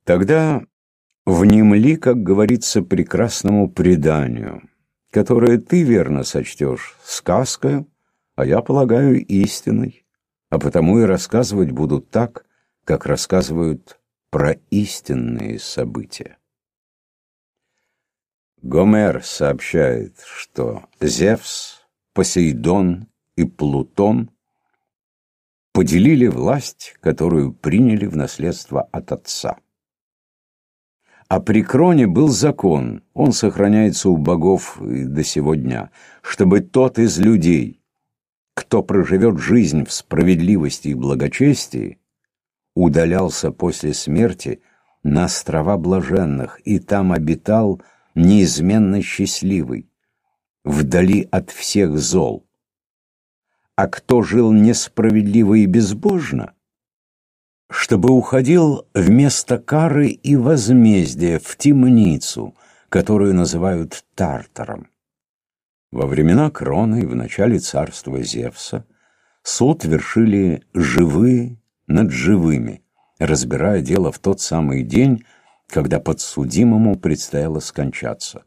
Тогда внемли, как говорится, прекрасному преданию, которое ты верно сочтешь сказкою, а я полагаю истиной, а потому и рассказывать буду так, как рассказывают про истинные события. Гомер сообщает, что Зевс, Посейдон и Плутон поделили власть, которую приняли в наследство от отца. А при Кроне был закон, он сохраняется у богов и до сего дня, чтобы тот из людей, кто проживет жизнь в справедливости и благочестии, удалялся после смерти на острова блаженных и там обитал неизменно счастливый, вдали от всех зол. А кто жил несправедливо и безбожно, чтобы уходил вместо кары и возмездия в темницу, которую называют Тартаром. Во времена Кроны и в начале царства Зевса суд вершили живые над живыми, разбирая дело в тот самый день, когда подсудимому предстояло скончаться.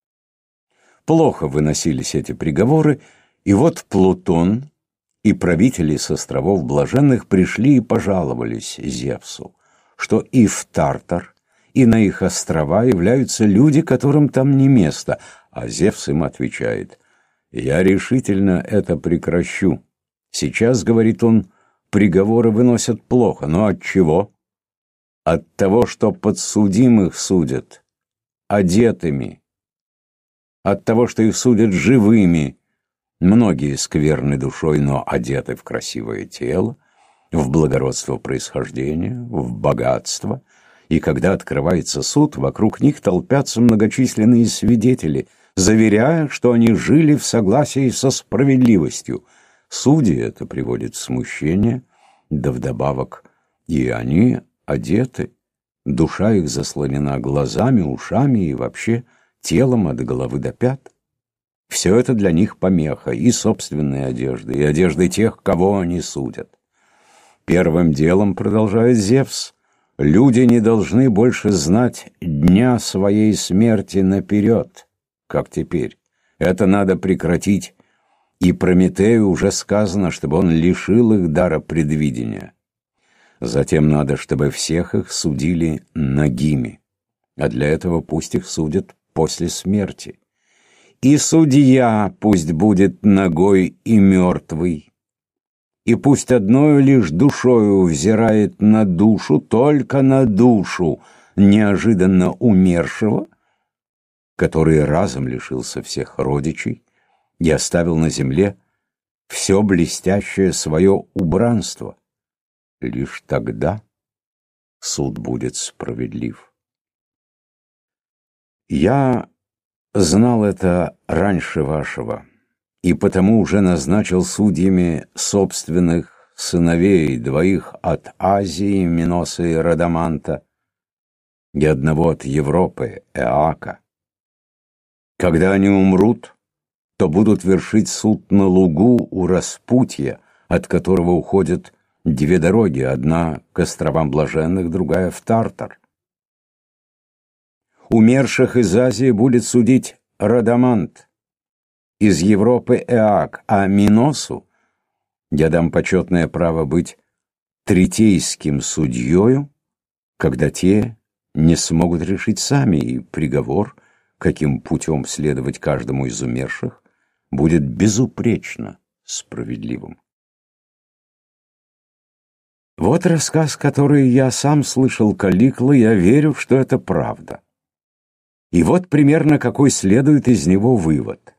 Плохо выносились эти приговоры, и вот Плутон и правители с островов Блаженных пришли и пожаловались Зевсу, что и в Тартар, и на их острова являются люди, которым там не место, а Зевс им отвечает: «Я решительно это прекращу. Сейчас, — говорит он, — приговоры выносят плохо, но от чего? От того, что подсудимых судят одетыми, от того, что их судят живыми. Многие скверны душой, но одеты в красивое тело, в благородство происхождения, в богатство, и когда открывается суд, вокруг них толпятся многочисленные свидетели, заверяя, что они жили в согласии со справедливостью. Судьи это приводит в смущение, да вдобавок и они одеты, душа их заслонена глазами, ушами и вообще телом от головы до пят. Все это для них помеха, и собственной одежды, и одежды тех, кого они судят. Первым делом, продолжает Зевс, люди не должны больше знать дня своей смерти наперед, как теперь. Это надо прекратить, и Прометею уже сказано, чтобы он лишил их дара предвидения. Затем надо, чтобы всех их судили нагими, а для этого пусть их судят после смерти. И судья пусть будет нагой и мертвый, и пусть одною лишь душою взирает на душу, только на душу неожиданно умершего, который разом лишился всех родичей и оставил на земле все блестящее свое убранство. Лишь тогда суд будет справедлив. Я знал это раньше вашего, и потому уже назначил судьями собственных сыновей, двоих от Азии, Миноса и Радаманта, и одного от Европы, Эака. Когда они умрут, то будут вершить суд на лугу у распутья, от которого уходят две дороги, одна к островам Блаженных, другая в Тартар. Умерших из Азии будет судить Радамант, из Европы Эак, а Миносу я дам почетное право быть третейским судьею, когда те не смогут решить сами, и приговор, каким путем следовать каждому из умерших, будет безупречно справедливым. Вот рассказ, который я сам слышал Калликлы, я верю, что это правда. И вот примерно какой следует из него вывод.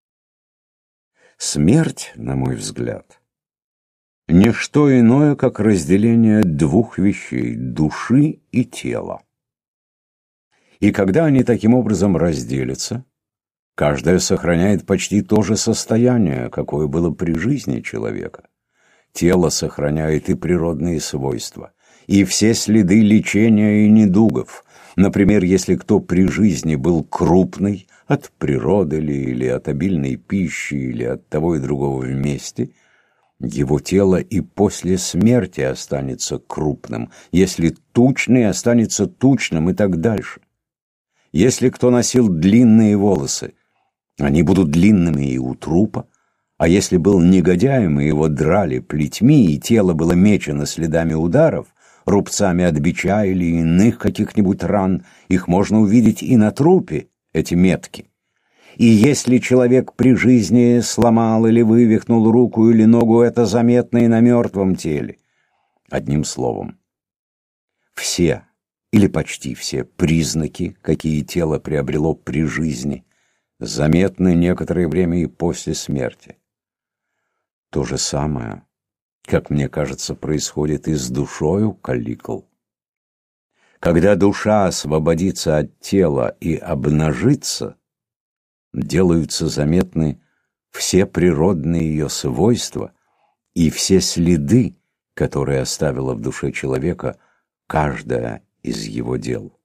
Смерть, на мой взгляд, не что иное, как разделение двух вещей – души и тела. И когда они таким образом разделятся, каждая сохраняет почти то же состояние, какое было при жизни человека. Тело сохраняет и природные свойства, и все следы лечения и недугов. Например, если кто при жизни был крупный, от природы ли, или от обильной пищи, или от того и другого вместе, Его тело и после смерти останется крупным, если тучный останется тучным и так дальше. Если кто носил длинные волосы, они будут длинными и у трупа, а если был негодяем, и его драли плетьми, и тело было мечено следами ударов, рубцами от бича или иных каких-нибудь ран, их можно увидеть и на трупе, эти метки. И если человек при жизни сломал или вывихнул руку или ногу, это заметно и на мертвом теле. Одним словом, все или почти все признаки, какие тело приобрело при жизни, заметны некоторое время и после смерти. То же самое, как мне кажется, происходит и с душою, Калликл. Когда душа освободится от тела и обнажится, делаются заметны все природные ее свойства и все следы, которые оставила в душе человека каждая из его дел.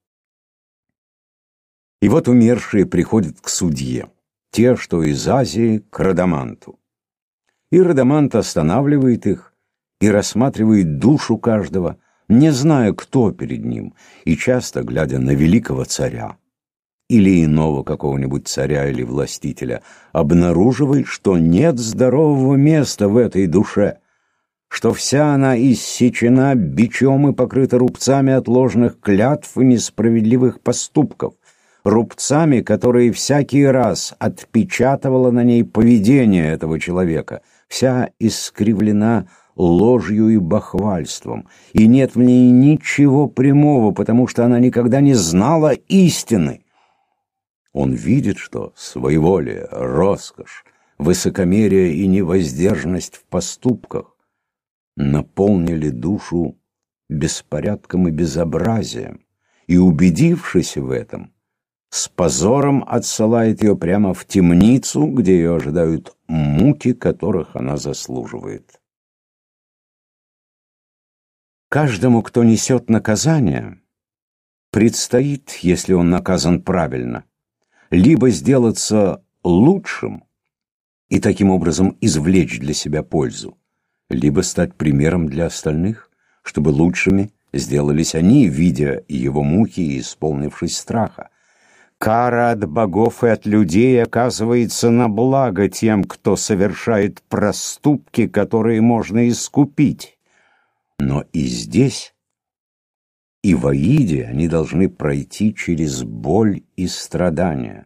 И вот умершие приходят к судье, те, что из Азии, к Радаманту. И Радамант останавливает их и рассматривает душу каждого, не зная, кто перед ним, и часто глядя на великого царя или иного какого-нибудь царя или властителя, обнаруживает, что нет здорового места в этой душе, что вся она иссечена бичом и покрыта рубцами от ложных клятв и несправедливых поступков, рубцами, которые всякий раз отпечатывало на ней поведение этого человека, вся искривлена ложью и бахвальством, и нет в ней ничего прямого, потому что она никогда не знала истины. Он видит, что своеволие, роскошь, высокомерие и невоздержанность в поступках наполнили душу беспорядком и безобразием, и, убедившись в этом, с позором отсылает ее прямо в темницу, где ее ожидают муки, которых она заслуживает. Каждому, кто несет наказание, предстоит, если он наказан правильно, либо сделаться лучшим и таким образом извлечь для себя пользу, либо стать примером для остальных, чтобы лучшими сделались они, видя его муки и исполнившись страха. Кара от богов и от людей оказывается на благо тем, кто совершает проступки, которые можно искупить. Но и здесь, и в Аиде они должны пройти через боль и страдания.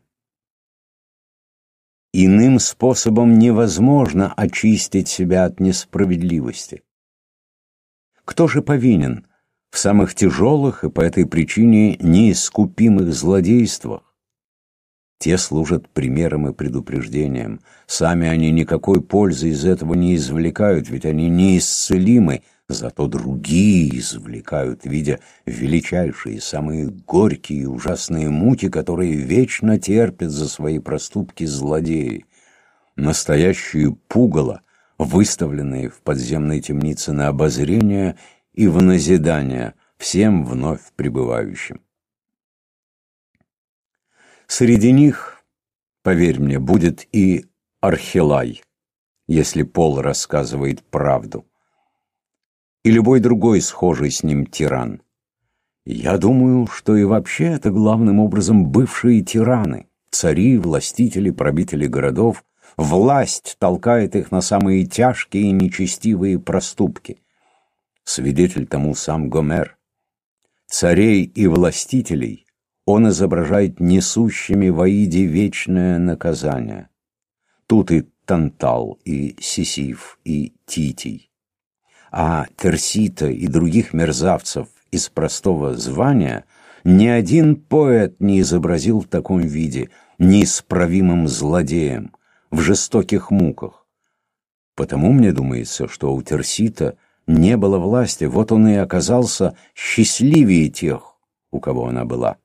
Иным способом невозможно очистить себя от несправедливости. Кто же повинен в самых тяжелых и по этой причине неискупимых злодействах? Те служат примером и предупреждением. Сами они никакой пользы из этого не извлекают, ведь они неисцелимы, зато другие извлекают, видя величайшие, самые горькие и ужасные муки, которые вечно терпят за свои проступки злодеи. Настоящие пугало, выставленные в подземной темнице на обозрение и в назидание всем вновь прибывающим. Среди них, поверь мне, будет и Архилай, если Пол рассказывает правду, и любой другой схожий с ним тиран. Я думаю, что и вообще это главным образом бывшие тираны, цари, властители, правители городов. Власть толкает их на самые тяжкие и нечестивые проступки. Свидетель тому сам Гомер. Царей и властителей он изображает несущими в Аиде вечное наказание. Тут и Тантал, и Сисиф, и Титий. А Терсита и других мерзавцев из простого звания ни один поэт не изобразил в таком виде, неисправимым злодеем, в жестоких муках. Потому мне думается, что у Терсита не было власти, вот он и оказался счастливее тех, у кого она была.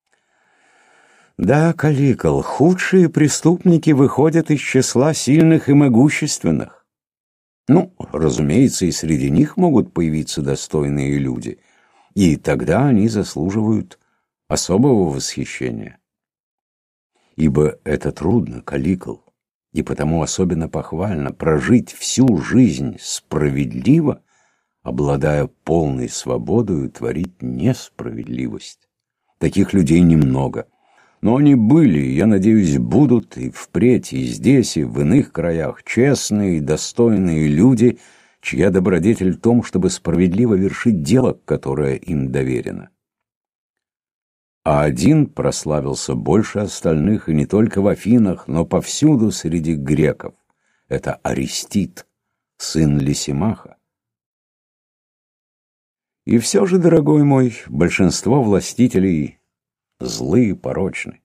Да, Калликл, худшие преступники выходят из числа сильных и могущественных. Ну, разумеется, и среди них могут появиться достойные люди, и тогда они заслуживают особого восхищения. Ибо это трудно, Калликл, И потому особенно похвально прожить всю жизнь справедливо, обладая полной свободой творить несправедливость. Таких людей немного. Но они были, я надеюсь, будут и впредь, и здесь, и в иных краях честные и достойные люди, чья добродетель в том, чтобы справедливо вершить дело, которое им доверено. А один прославился больше остальных, и не только в Афинах, но повсюду среди греков. Это Аристид, сын Лисимаха. И все же, дорогой мой, большинство властителей злые, порочны.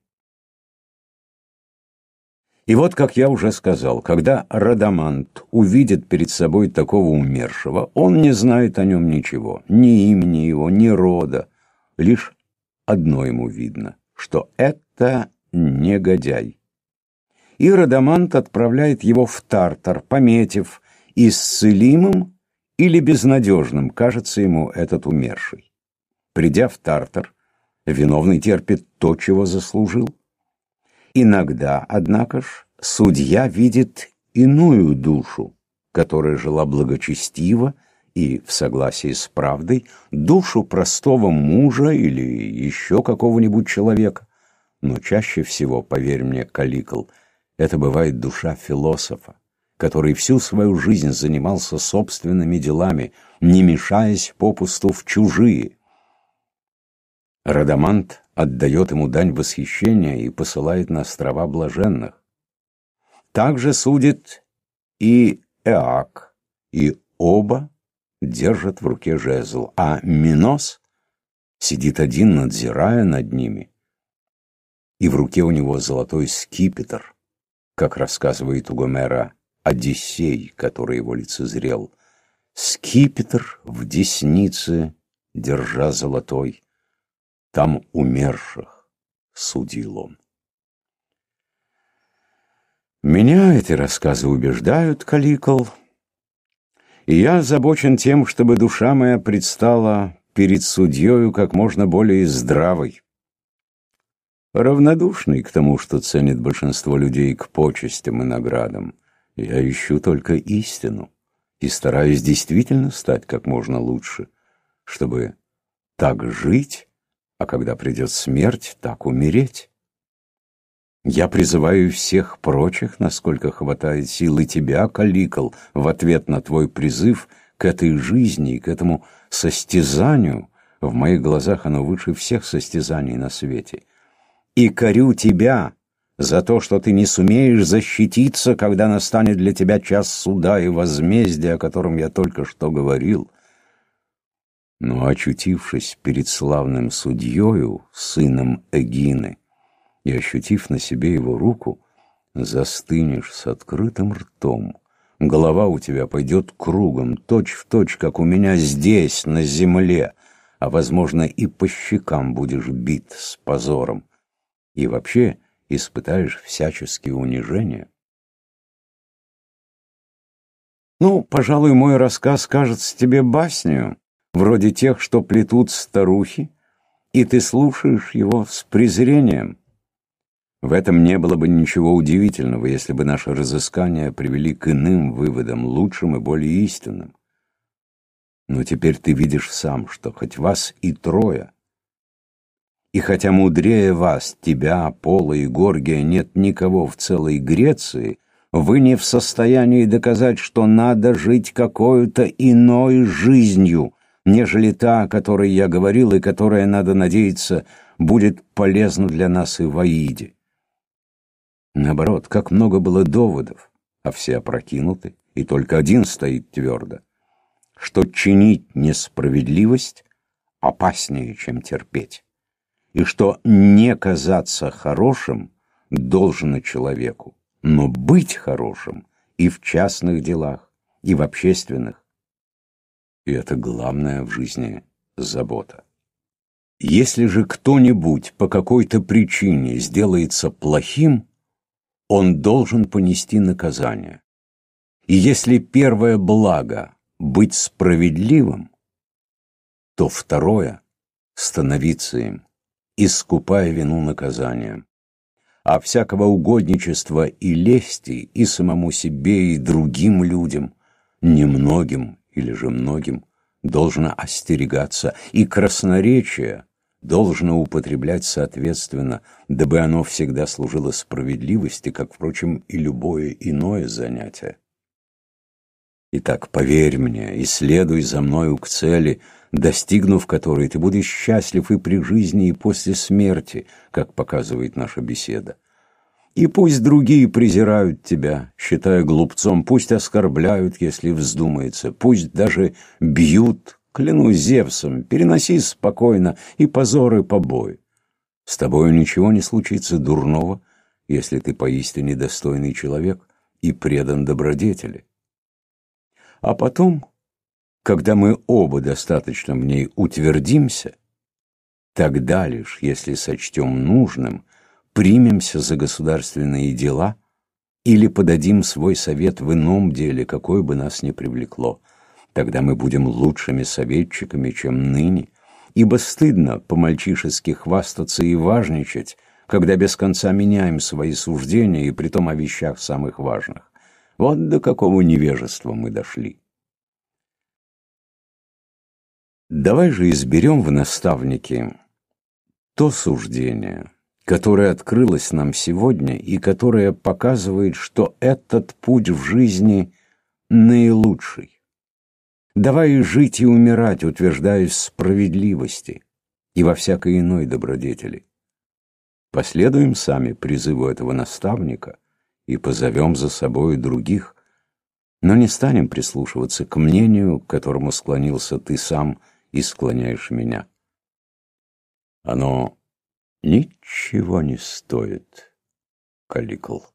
И вот, как я уже сказал, когда Радамант увидит перед собой такого умершего, он не знает о нем ничего, ни имени его, ни рода. Лишь одно ему видно, что это негодяй. И Радамант отправляет его в Тартар, пометив исцелимым или безнадежным, кажется ему этот умерший. Придя в Тартар, виновный терпит то, чего заслужил. Иногда, однако ж, судья видит иную душу, которая жила благочестиво и в согласии с правдой, душу простого мужа или еще какого-нибудь человека. Но чаще всего, поверь мне, Калликл, это бывает душа философа, который всю свою жизнь занимался собственными делами, не мешаясь попусту в чужие. Радамант отдает ему дань восхищения и посылает на острова блаженных. Также судит и Эак, и оба держат в руке жезл, а Минос сидит один, надзирая над ними, и в руке у него золотой скипетр, как рассказывает у Гомера Одиссей, который его лицезрел. Скипетр в деснице держа золотой, там умерших судил он. Меня эти рассказы убеждают, Калликл, и я озабочен тем, чтобы душа моя предстала перед судьею как можно более здравой, равнодушной к тому, что ценит большинство людей, к почестям и наградам. Я ищу только истину и стараюсь действительно стать как можно лучше, чтобы так жить, а когда придет смерть, так умереть. Я призываю всех прочих, насколько хватает сил, и тебя, Калликл, в ответ на твой призыв к этой жизни и к этому состязанию. В моих глазах оно выше всех состязаний на свете. И корю тебя за то, что ты не сумеешь защититься, когда настанет для тебя час суда и возмездия, о котором я только что говорил. Но, очутившись перед славным судьею, сыном Эгины, и ощутив на себе его руку, застынешь с открытым ртом. Голова у тебя пойдет кругом, точь-в-точь, как у меня здесь, на земле, а, возможно, и по щекам будешь бит с позором. И вообще испытаешь всяческие унижения. Ну, пожалуй, мой рассказ кажется тебе баснею, вроде тех, что плетут старухи, и ты слушаешь его с презрением. В этом не было бы ничего удивительного, если бы наши разыскания привели к иным выводам, лучшим и более истинным. Но теперь ты видишь сам, что хоть вас и трое, и хотя мудрее вас, тебя, Аполло и Горгия, нет никого в целой Греции, вы не в состоянии доказать, что надо жить какой-то иной жизнью, нежели та, о которой я говорил, и которая, надо надеяться, будет полезна для нас и в Аиде. Наоборот, как много было доводов, а все опрокинуты, и только один стоит твердо, что чинить несправедливость опаснее, чем терпеть, и что не казаться хорошим должно человеку, но быть хорошим и в частных делах, и в общественных. И это главная в жизни забота. Если же кто-нибудь по какой-то причине сделается плохим, он должен понести наказание. И если первое благо — быть справедливым, то второе — становиться им, искупая вину наказанием. а всякого угодничества и лести и самому себе, и другим людям, немногим или же многим, должно остерегаться, и красноречие должно употреблять соответственно, дабы оно всегда служило справедливости, как, впрочем, и любое иное занятие. Итак, поверь мне и следуй за мною к цели, достигнув которой ты будешь счастлив и при жизни, и после смерти, как показывает наша беседа. И пусть другие презирают тебя, считая глупцом, пусть оскорбляют, если вздумается, пусть даже бьют, клянусь Зевсом, переноси спокойно и позор, и побои. С тобою ничего не случится дурного, если ты поистине достойный человек и предан добродетели. А потом, когда мы оба достаточно в ней утвердимся, тогда лишь, если сочтем нужным, примемся за государственные дела или подадим свой совет в ином деле, какое бы нас ни привлекло. Тогда мы будем лучшими советчиками, чем ныне, ибо стыдно по-мальчишески хвастаться и важничать, когда без конца меняем свои суждения, и притом о вещах самых важных. Вот до какого невежества мы дошли. Давай же изберем в наставнике то суждение, которое открылось нам сегодня и которое показывает, что этот путь в жизни наилучший. Давай жить и умирать, утверждаясь в справедливости и во всякой иной добродетели. Последуем сами призыву этого наставника и позовем за собой других, но не станем прислушиваться к мнению, к которому склонился ты сам и склоняешь меня. Оно ничего не стоит, Калликл.